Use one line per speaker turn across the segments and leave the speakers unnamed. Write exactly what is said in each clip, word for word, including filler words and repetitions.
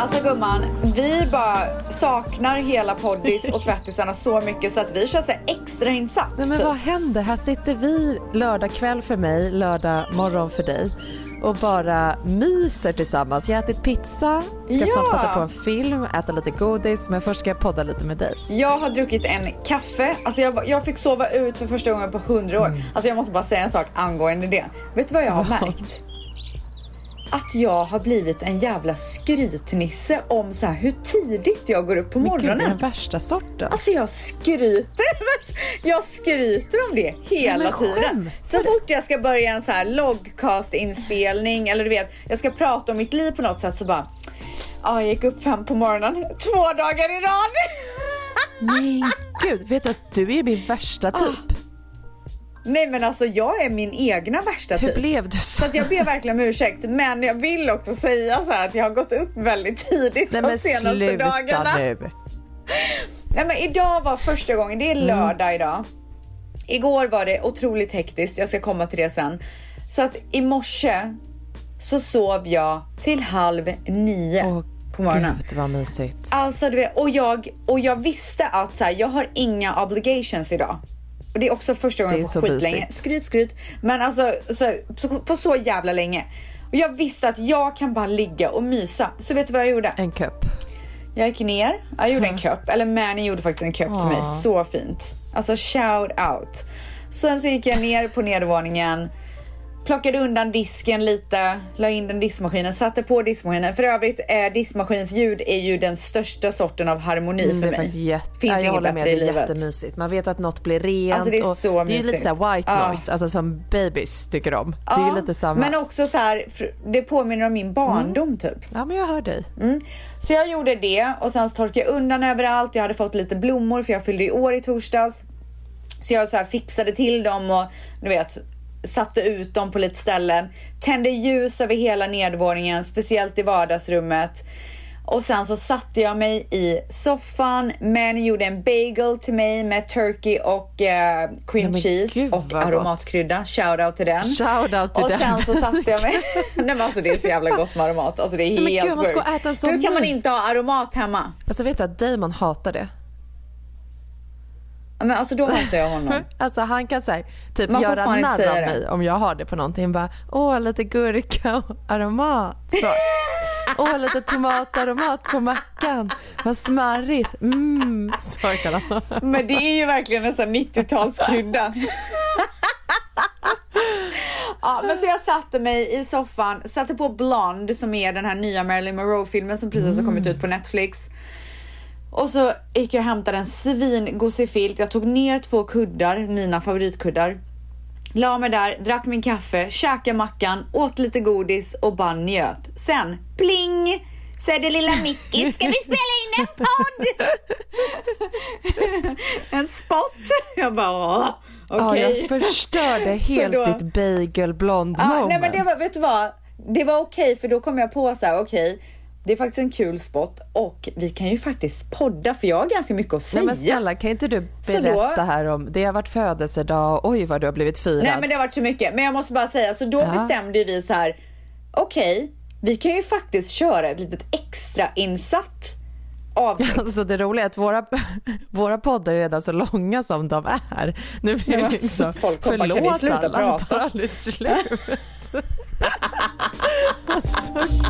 Alltså gumman, vi bara saknar hela poddis och tvättisarna så mycket så att vi kör så extra insats.
Nej, men
typ.
vad händer? Här sitter vi lördag kväll för mig, lördag morgon för dig och bara myser tillsammans. Jag har ätit pizza, ska
ja.
snart sätta på en film, äta lite godis, men först ska jag podda lite med dig.
Jag har druckit en kaffe. Alltså jag, jag fick sova ut för första gången på hundra år. Mm. Alltså jag måste bara säga en sak angående det. Vet du vad jag har märkt? Att jag har blivit en jävla skrytnisse om så här hur tidigt jag går upp på morgonen.
Men gud, det är den värsta sorten.
Alltså jag skryter. Jag skryter om det hela tiden. Så fort jag ska börja en så här logcast-inspelning eller du vet, jag ska prata om mitt liv på något sätt så bara, ja, jag gick upp fem på morgonen två dagar i rad.
Nej, gud, vet du att du är min värsta typ? Ah.
Nej men alltså jag är min egna värsta typ.
Hur blev du så?
Så att jag ber verkligen om ursäkt. Men jag vill också säga så här att jag har gått upp väldigt tidigt.
Nej,
de senaste
sluta
dagarna
nu.
Nej men idag var första gången. Det är lördag mm. idag. Igår var det otroligt hektiskt. Jag ska komma till det sen. Så att i morse så sov jag till halv nio oh, på morgonen.
Gud, det var mysigt.
Alltså du vet, och jag, och jag visste att så här, jag har inga obligations idag. Och det är också första gången på skitlänge. Skryt, skryt. Men alltså så, så, på så jävla länge. Och jag visste att jag kan bara ligga och mysa. Så vet du vad jag gjorde?
En kupp.
Jag gick ner. Jag gjorde mm. en kupp. Eller Manny gjorde faktiskt en kupp till mig. Så fint. Alltså shout out. Sen så gick jag ner på nedervåningen. Plockade undan disken lite, la in den diskmaskinen, satte på diskmaskinen. För övrigt, eh, diskmaskinens ljud är ju den största sorten av harmoni mm, för mig.
Jätte...
Finns
ja,
ju inget bättre i livet.
Det är jättemysigt. Man vet att något blir rent.
Alltså det är
och
så
det är ju lite så här white
ja.
noise, alltså som babies tycker om.
Ja,
det är ju lite samma.
Men också så här, det påminner om min barndom mm. typ.
Ja, men jag hör dig.
Mm. Så jag gjorde det och sen så torkade jag undan överallt. Jag hade fått lite blommor för jag fyllde i år i torsdags. Så jag så här fixade till dem och du vet, satte ut dem på lite ställen. Tände ljus över hela nedvåningen, speciellt i vardagsrummet. Och sen så satte jag mig i soffan. Men gjorde en bagel till mig med turkey och eh, cream ja, cheese Gud, och aromatkrydda. Shoutout till den.
Shoutout till
och
den.
sen så satte jag mig. Nej men alltså det är så jävla gott med aromat. Alltså det är
men
helt
Gud, man ska äta en sån.
Hur kan man inte ha aromat hemma?
Alltså vet du att Damon hatar det?
Men alltså då hatar jag honom.
Alltså han kan så här, typ
man
göra narr av
det.
mig om jag har det på någonting. Bara, åh lite gurka och aromat. Så. Åh lite tomataromat på mackan. Vad smarrigt. Mm. Så kan han.
Men det är ju verkligen en sån nittiotalskrydda. Ja, men så jag satte mig i soffan, satte på Blonde som är den här nya Marilyn Monroe-filmen som precis mm. har kommit ut på Netflix. Och så gick jag och hämtade en svingosig filt. Jag tog ner två kuddar, mina favoritkuddar. La mig där, drack min kaffe, käkade mackan, åt lite godis och bara njöt. Sen, pling! Så är det lilla Mickey, ska vi spela in en podd? En spot. Jag bara, okej. Okay.
Ja, jag förstörde helt då, ditt bagelblond
ja,
moment.
Nej men det var, vet du vad? Det var okej okay, för då kom jag på så här, okej. Okay, det är faktiskt en kul spot och vi kan ju faktiskt podda för jag har ganska mycket att säga.
Nej men snälla, kan inte du berätta då, här om, det har varit födelsedag, oj vad du har blivit firad.
Nej men det har varit så mycket, men jag måste bara säga, så då ja. bestämde vi så här, okej, okay, vi kan ju faktiskt köra ett litet extra insatt avsnitt.
Alltså det roliga är att våra, våra poddar är redan så långa som de är. Nu blir det liksom,
folk förlåt, kan vi sluta alla, prata?
Tar aldrig slut. Alltså.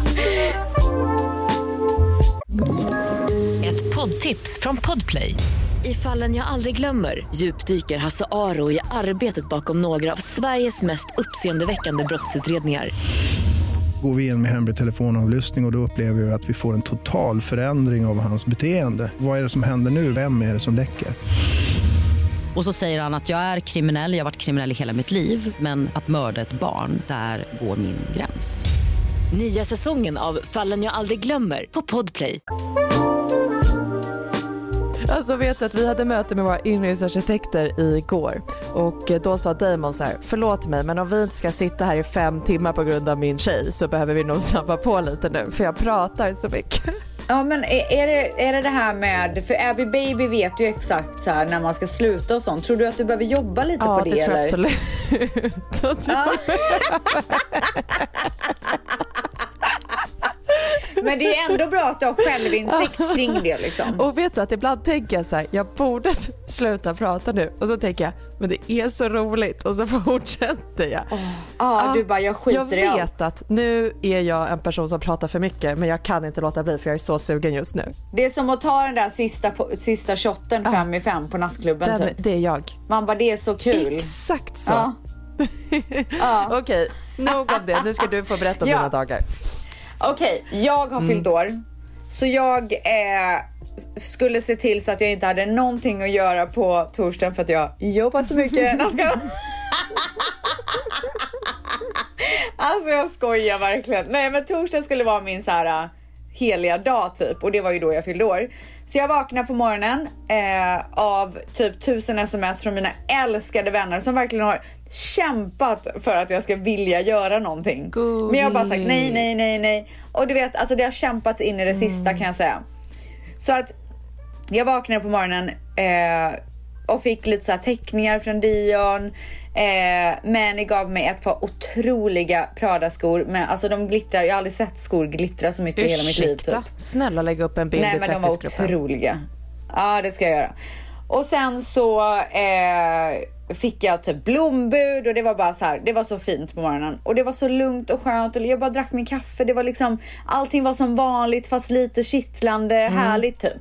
Ett poddtips från Podplay. I Fallen jag aldrig glömmer djupdyker Hasse Aro i arbetet bakom några av Sveriges mest uppseendeväckande brottsutredningar.
Går vi in med hemlig telefonavlyssning och, och då upplever vi att vi får en total förändring av hans beteende. Vad är det som händer nu? Vem är det som läcker?
Och så säger han att jag är kriminell, jag har varit kriminell i hela mitt liv. Men att mörda ett barn, där går min gräns.
Nya säsongen av Fallen jag aldrig glömmer på Podplay.
Alltså vet du att vi hade möte med våra inredningsarkitekter igår. Och då sa Damon så här, förlåt mig men om vi inte ska sitta här i fem timmar på grund av min tjej så behöver vi nog snabba på lite nu. För jag pratar så mycket.
Ja men är, är, det, är det det här med, för Abby Baby vet ju exakt så här när man ska sluta och sånt. Tror du att du behöver jobba lite
ja,
på det?
Ja det tror
eller?
jag absolut. Ja.
men det är ändå bra att du har självinsikt kring det liksom.
Och vet du att ibland tänker jag så här, jag borde sluta prata nu. Och så tänker jag, men det är så roligt. Och så fortsätter jag.
Ja, oh. ah, du bara, jag skiter
jag
i allt.
Jag vet att nu är jag en person som pratar för mycket. Men jag kan inte låta bli för jag är så sugen just nu.
Det är som att ta den där sista, sista shotten fem ah. i fem på nattklubben
den,
typ.
Det är jag.
Man bara, det är så kul.
Exakt så.
Ja. ah.
Okej, okay, nog om det. Nu ska du få berätta om ja. dina dagar.
Okej, okay, jag har fyllt mm. år. Så jag eh, skulle se till så att jag inte hade någonting att göra på torsdagen för att jag jobbat så mycket. Alltså jag skojar verkligen. Nej, men torsdagen skulle vara min så här heliga dag typ. Och det var ju då jag fyllde år. Så jag vaknade på morgonen eh, av typ tusen sms från mina älskade vänner som verkligen har kämpat för att jag ska vilja göra någonting. God. Men jag har bara sagt nej, nej, nej, nej. Och du vet, alltså det har kämpats in i det sista mm. kan jag säga. Så att jag vaknade på morgonen eh, och fick lite så här teckningar från Dion. Eh, men ni gav mig ett par otroliga Prada-skor. Men alltså de glittrar, jag har aldrig sett skor glittra så mycket i hela mitt liv typ.
Snälla lägg upp en bild.
Nej,
i
men de var otroliga. Ja, det ska jag göra. Och sen så eh, fick jag typ blombud och det var bara så här, det var så fint på morgonen. Och det var så lugnt och skönt och jag bara drack min kaffe. Det var liksom, allting var som vanligt fast lite kittlande, mm. härligt typ.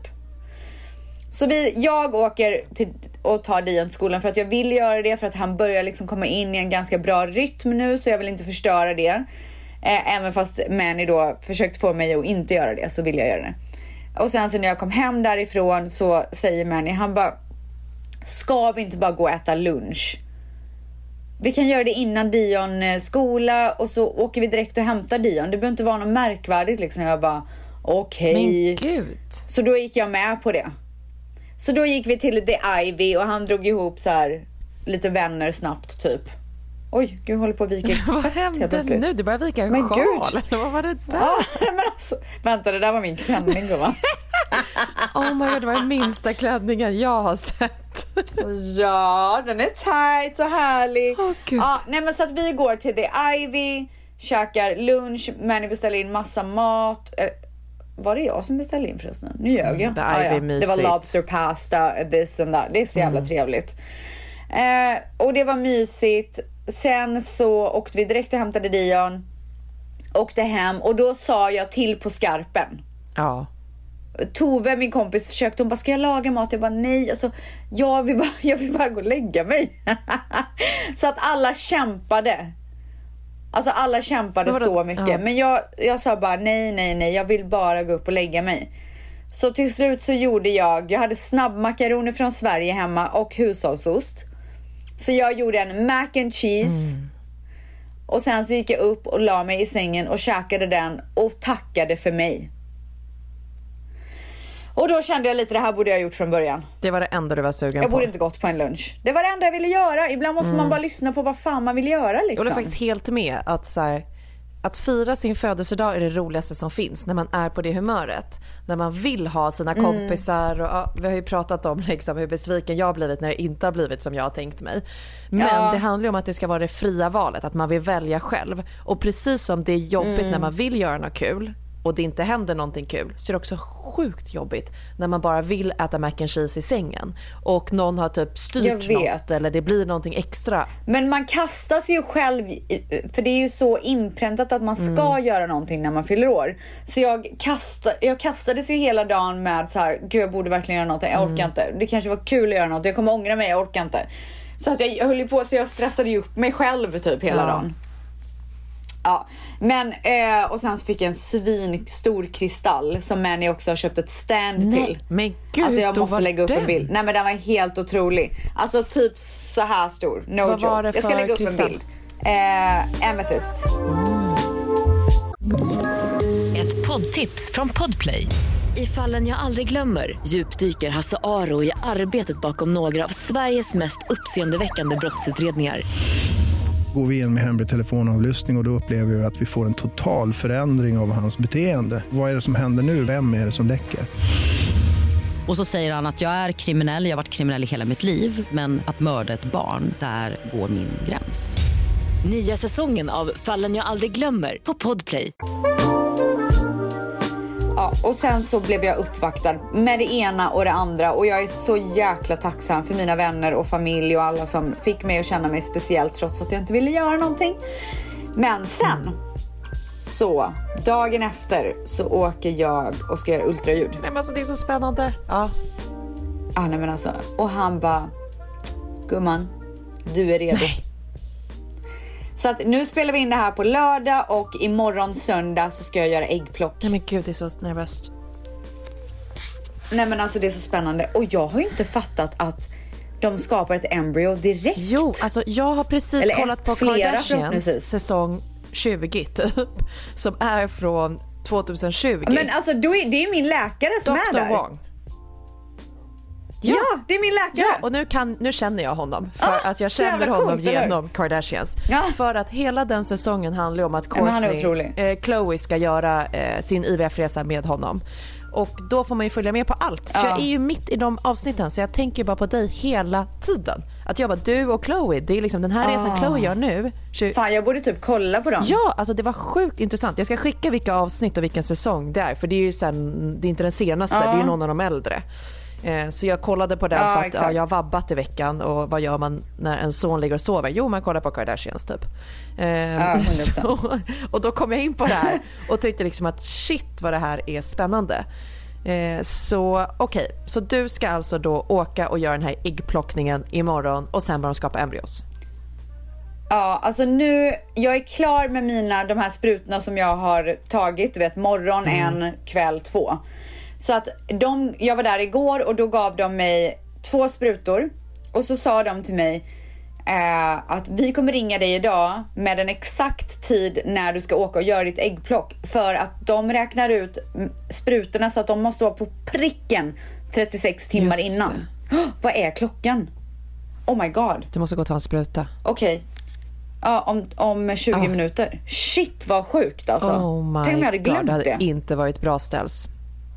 Så vi, jag åker till och tar Dion till skolan för att jag vill göra det, för att han börjar liksom komma in i en ganska bra rytm nu, så jag vill inte förstöra det. Eh, även fast Manny då försökt få mig att inte göra det, så vill jag göra det. Och sen så när jag kom hem därifrån så säger Manny, han bara, ska vi inte bara gå och äta lunch? Vi kan göra det innan Dion skola och så åker vi direkt och hämtar Dion. Det behöver inte vara något märkvärdigt liksom. Jag bara, okej.
Men gud.
Så då gick jag med på det. Så då gick vi till The Ivy och han drog ihop så här lite vänner snabbt typ. Oj, gud, håller på att vika.
Vad hände nu? Du börjar vika en
men
sjal.
Gud.
Vad var det där?
Ja, men alltså, vänta, det där var min klänning då, va?
Oh my god, det var den minsta klänningen jag har sett.
Ja, den är tight och härlig.
Oh, Gud.
Ja, nej, men så att vi går till The Ivy, käkar lunch, men vi beställer in massa mat. Var det jag som beställde in förresten? Nu ljög jag.
Mm, ah, ja.
Det var lobster pasta, this and that. Det är så jävla mm. trevligt. Eh, och det var mysigt. Sen så åkte vi direkt och hämtade Dion. Åkte hem och då sa jag till på skarpen.
Ja.
Tove, min kompis, försökte, hon bara, ska jag laga mat? Jag bara, nej, alltså, jag vill bara, jag vill bara gå och lägga mig. Så att alla kämpade. Alltså alla kämpade det, så mycket. Ja. Men jag, jag sa bara, nej, nej, nej, jag vill bara gå upp och lägga mig. Så till slut så gjorde jag, jag hade snabbmakaroner från Sverige hemma och hushållsost. Så jag gjorde en mac and cheese. Mm. Och sen så gick jag upp och la mig i sängen och käkade den och tackade för mig. Och då kände jag lite, det här borde jag ha gjort från början.
Det var det enda du var sugen
jag
på.
Jag borde inte gått på en lunch. Det var det enda jag ville göra. Ibland måste mm. man bara lyssna på vad fan man vill göra liksom.
Och det är faktiskt helt med att så här, att fira sin födelsedag är det roligaste som finns. När man är på det humöret. När man vill ha sina kompisar. Och, ja, vi har ju pratat om liksom, hur besviken jag har blivit när det inte har blivit som jag har tänkt mig. Men ja. det handlar ju om att det ska vara det fria valet. Att man vill välja själv. Och precis som det är jobbigt mm. när man vill göra något kul och det inte händer någonting kul, så är det också sjukt jobbigt när man bara vill äta mac and cheese i sängen och någon har typ styrt något eller det blir någonting extra.
Men man kastas ju själv, för det är ju så inpräntat att man ska mm. göra någonting när man fyller år. Så jag, kasta, jag kastades ju hela dagen med så här, gud, jag borde verkligen göra något, jag orkar mm. inte. Det kanske var kul att göra något, jag kommer ångra mig, jag orkar inte. Så att jag höll ju på, så jag stressade ju upp mig själv typ hela ja. dagen. Ja, men eh, och sen så fick jag en svin stor kristall som Manny också har köpt ett stand
Nej,
till.
Men gud,
alltså jag måste lägga upp
den?
en bild. Nej, men den var helt otrolig. Alltså typ så här stor. No
Vad var
joke. Jag ska lägga upp kristall? en bild. Eh, Amethyst.
Mm. Ett poddtips från Podplay. I Fallen jag aldrig glömmer djupdyker Hasse Aro i arbetet bakom några av Sveriges mest uppseendeväckande brottsutredningar.
Går vi in med hemlig telefonavlyssning och, och då upplever vi att vi får en total förändring av hans beteende. Vad är det som händer nu? Vem är det som läcker?
Och så säger han att jag är kriminell, jag har varit kriminell i hela mitt liv. Men att mörda ett barn, där går min gräns.
Nya säsongen av Fallen jag aldrig glömmer på Podplay.
och sen så blev jag uppvaktad med det ena och det andra. Och jag är så jäkla tacksam för mina vänner och familj och alla som fick mig att känna mig speciellt trots att jag inte ville göra någonting. Men sen, så dagen efter så åker jag och ska göra ultraljud.
Nej men alltså det är så spännande. Ja.
Ah, nej men alltså, och han bara, gumman, du är redo.
Nej.
Så att nu spelar vi in det här på lördag och imorgon söndag så ska jag göra äggplock.
Nej men gud, det är så nervöst.
Nej men alltså det är så spännande. Och jag har ju inte fattat att de skapar ett embryo direkt.
Jo, alltså jag har precis
Eller
kollat
ett,
på
flera,
Kardashians säsong tjugo typ. Som är från tjugohundratjugo.
Men alltså då är, det är min läkare som
doktor
är där.
Wong.
Ja, ja, det är min läkare.
Ja, och nu, kan, nu känner jag honom. För
ah,
att jag känner honom
coolt,
genom
eller?
Kardashians.
Ja.
För att hela den säsongen handlar om att Kourtney, eh, Khloe ska göra eh, sin I V F-resa med honom. Och då får man ju följa med på allt. Så
ja.
jag är ju mitt i de avsnitten. Så jag tänker bara på dig hela tiden. Att jag bara, du och Khloe, det är liksom den här resan
ah.
Khloe gör nu. tjugo
Fan, jag borde typ kolla på dem.
Ja, alltså det var sjukt intressant. Jag ska skicka vilka avsnitt och vilken säsong det är. För det är ju sen, det är inte den senaste,
ja.
det är ju någon av de äldre. Så jag kollade på den
ja,
för att ja, jag har vabbat i veckan. Och vad gör man när en son ligger och sover? Jo, man kollar på Kardashians typ.
Ja,
så, och då kom jag in på det här och tyckte liksom att shit vad det här är spännande. Så okej, okay. Så du ska alltså då åka och göra den här äggplockningen imorgon och sen bara skapa embryos.
Ja, alltså nu, jag är klar med mina, de här sprutorna som jag har tagit, du vet, morgon mm. en, kväll två. Så att de, jag var där igår och då gav de mig två sprutor och så sa de till mig eh, att vi kommer ringa dig idag med en exakt tid när du ska åka och göra ditt äggplock, för att de räknar ut sprutorna så att de måste vara på pricken trettiosex timmar
Just
innan. Oh, vad är klockan? Oh my god.
Du måste gå och ta en spruta.
Okej. Okay. Ja, om, om tjugo
oh.
minuter. Shit vad sjukt alltså.
Oh my
Tänk om jag hade glömt
god, det hade
det.
inte varit bra ställs.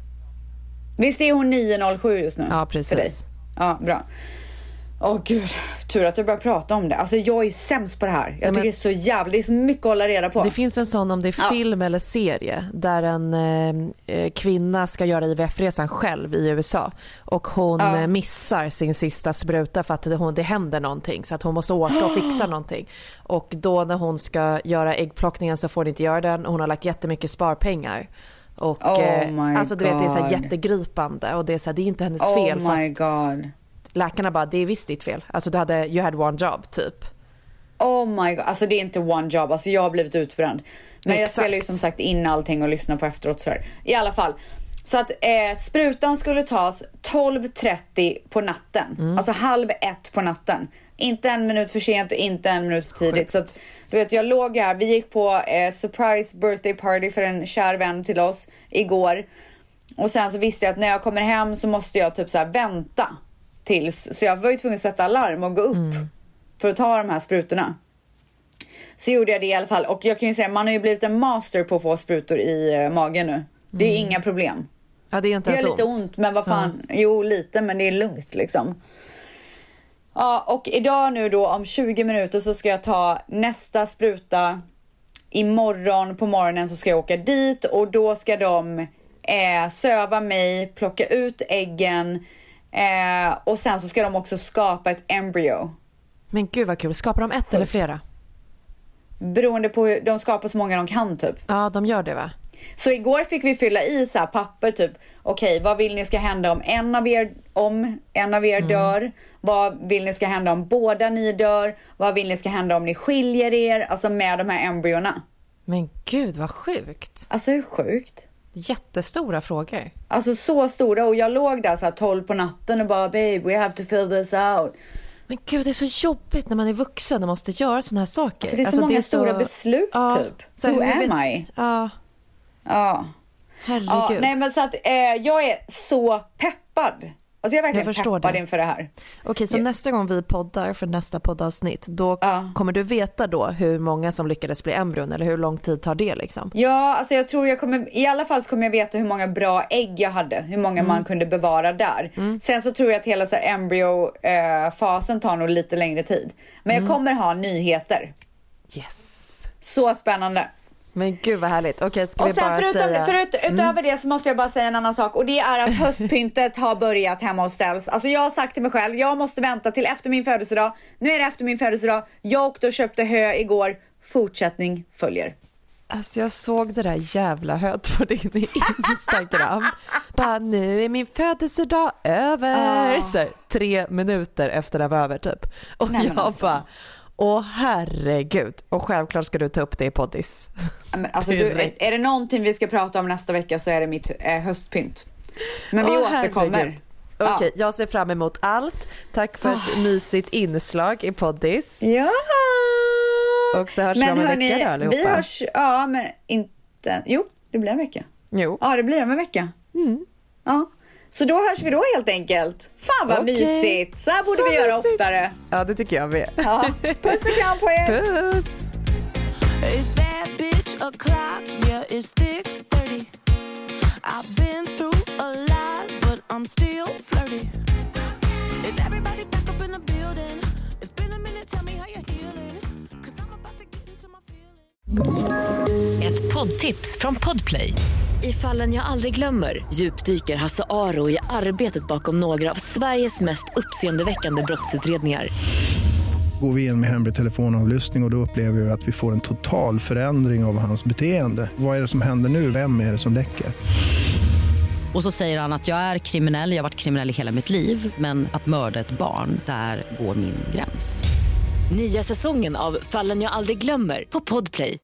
Visst är hon nio noll sju just nu?
Ja, precis.
Ja, bra. Åh oh, gud, tur att jag börjar prata om det. Alltså jag är sämst på det här. Jag ja, tycker det är så jävla, det är så mycket att hålla reda på.
Det finns en sån, om det är ja. film eller serie, där en eh, kvinna ska göra I V F-resan själv i U S A. Och hon ja. eh, missar sin sista spruta för att det, hon, det händer någonting. Så att hon måste åka och fixa någonting. Och då när hon ska göra äggplockningen så får hon inte göra den. Hon har lagt jättemycket sparpengar. Och
oh
eh, alltså du vet, det är så här jättegripande. Och det är så här, det är inte hennes
oh
fel.
My
fast
God.
läkarna bara, det är visst ditt fel. Alltså du hade, you had one job typ.
Oh my god, alltså det är inte one job. Alltså jag har blivit utbränd. Men
Exakt.
Jag spelar ju som sagt in allting och lyssnar på efteråt så här. I alla fall. Så att eh, sprutan skulle tas tolv trettio på natten. Mm. Alltså halv ett på natten. Inte en minut för sent, inte en minut för tidigt. Sjukt. Så att du vet, jag låg här. Vi gick på eh, surprise birthday party för en kär vän till oss igår. Och sen så visste jag att när jag kommer hem så måste jag typ så här vänta tills. Så jag var ju tvungen att sätta alarm och gå upp mm. för att ta de här sprutorna. Så gjorde jag det i alla fall. Och jag kan ju säga, man har ju blivit en master på att få sprutor i uh, magen nu. Det är mm. inga problem.
Ja, det är inte
det
ens
gör lite ont. ont, men vad fan. Ja. Jo, lite, men det är lugnt liksom. Ja, och idag nu då om tjugo minuter så ska jag ta nästa spruta. Imorgon på morgonen så ska jag åka dit och då ska de eh, söva mig, plocka ut äggen eh, och sen så ska de också skapa ett embryo.
Men gud vad kul, skapar de ett Sjukt. Eller flera?
Beroende på hur de skapar så många de kan typ.
Ja, de gör det va?
Så igår fick vi fylla i så här papper typ. Okej, okay, vad vill ni ska hända om en av er, om en av er mm. dör? Vad vill ni ska hända om båda ni dör? Vad vill ni ska hända om ni skiljer er? Alltså med de här embryona.
Men gud vad sjukt.
Alltså hur sjukt?
Jättestora frågor.
Alltså så stora. Och jag låg där så här tolv på natten och bara, babe, we have to fill this out.
Men gud, det är så jobbigt när man är vuxen och måste göra såna här saker.
Alltså det är så
alltså,
många
det är
stora
så...
beslut
ja,
typ. Who am I?
Ja.
Ja.
Herregud.
Ja, nej men så att eh, jag är så peppad. Alltså jag är verkligen jag peppad det. inför det här.
Okej, så
ja.
nästa gång vi poddar för nästa poddavsnitt, då ja. kommer du veta då hur många som lyckades bli embryon eller hur lång tid tar det liksom?
Ja, alltså jag tror jag kommer, i alla fall så kommer jag veta hur många bra ägg jag hade, hur många mm. man kunde bevara där. Mm. Sen så tror jag att hela så här embryo-fasen tar nog lite längre tid. Men mm. jag kommer ha nyheter.
Yes.
Så spännande.
Men gud vad härligt. Okej, ska
Och
vi
sen
bara
förutom,
säga...
förut, utöver det så måste jag bara säga en annan sak. Och det är att höstpyntet har börjat hemma hos Ställs. Alltså jag har sagt till mig själv, jag måste vänta till efter min födelsedag. Nu är det efter min födelsedag. Jag åkte och köpte hö igår. Fortsättning följer.
Alltså jag såg det där jävla höet på din Instagram. Bara, nu är min födelsedag över.
Ah.
Så här, tre minuter efter det var över typ. Och
Nej,
jag
alltså.
bara, åh herregud. Och självklart ska du ta upp det i poddis.
Men alltså, du, är, är det någonting vi ska prata om nästa vecka så är det mitt eh, höstpyntt. Men vi
Åh,
återkommer.
herregud. Okej, okay,
ja.
jag ser fram emot allt. Tack för ett oh. mysigt inslag i poddis.
Ja.
Och så hörs vi om en
hörni,
vecka då allihopa.
Vi hörs, ja men inte, jo det blir en vecka.
Jo.
Ja det blir om en vecka.
Mm.
Ja. Så då hörs vi då helt enkelt. Fan vad okay. mysigt. Så här borde
så
vi göra
mysigt.
Oftare.
Ja det tycker jag med.
Ja. Puss och kram på er.
Puss.
Is that bitch a clock? Yeah, it's thick thirty. I've been through a lot, but I'm still flirty. Is everybody back up in the building? It's been a minute, tell me how you're healing. Cause I'm about to get into my feelings.
Ett poddtips från Podplay. I Fallen jag aldrig glömmer djupdyker Hasse Aro i arbetet bakom några av Sveriges mest uppseendeväckande brottsutredningar.
Går vi in med hemlig telefonavlyssning och, och då upplever vi att vi får en total förändring av hans beteende. Vad är det som händer nu? Vem är det som läcker?
Och så säger han att jag är kriminell, jag har varit kriminell i hela mitt liv. Men att mörda ett barn, där går min gräns.
Nya säsongen av Fallen jag aldrig glömmer på Podplay.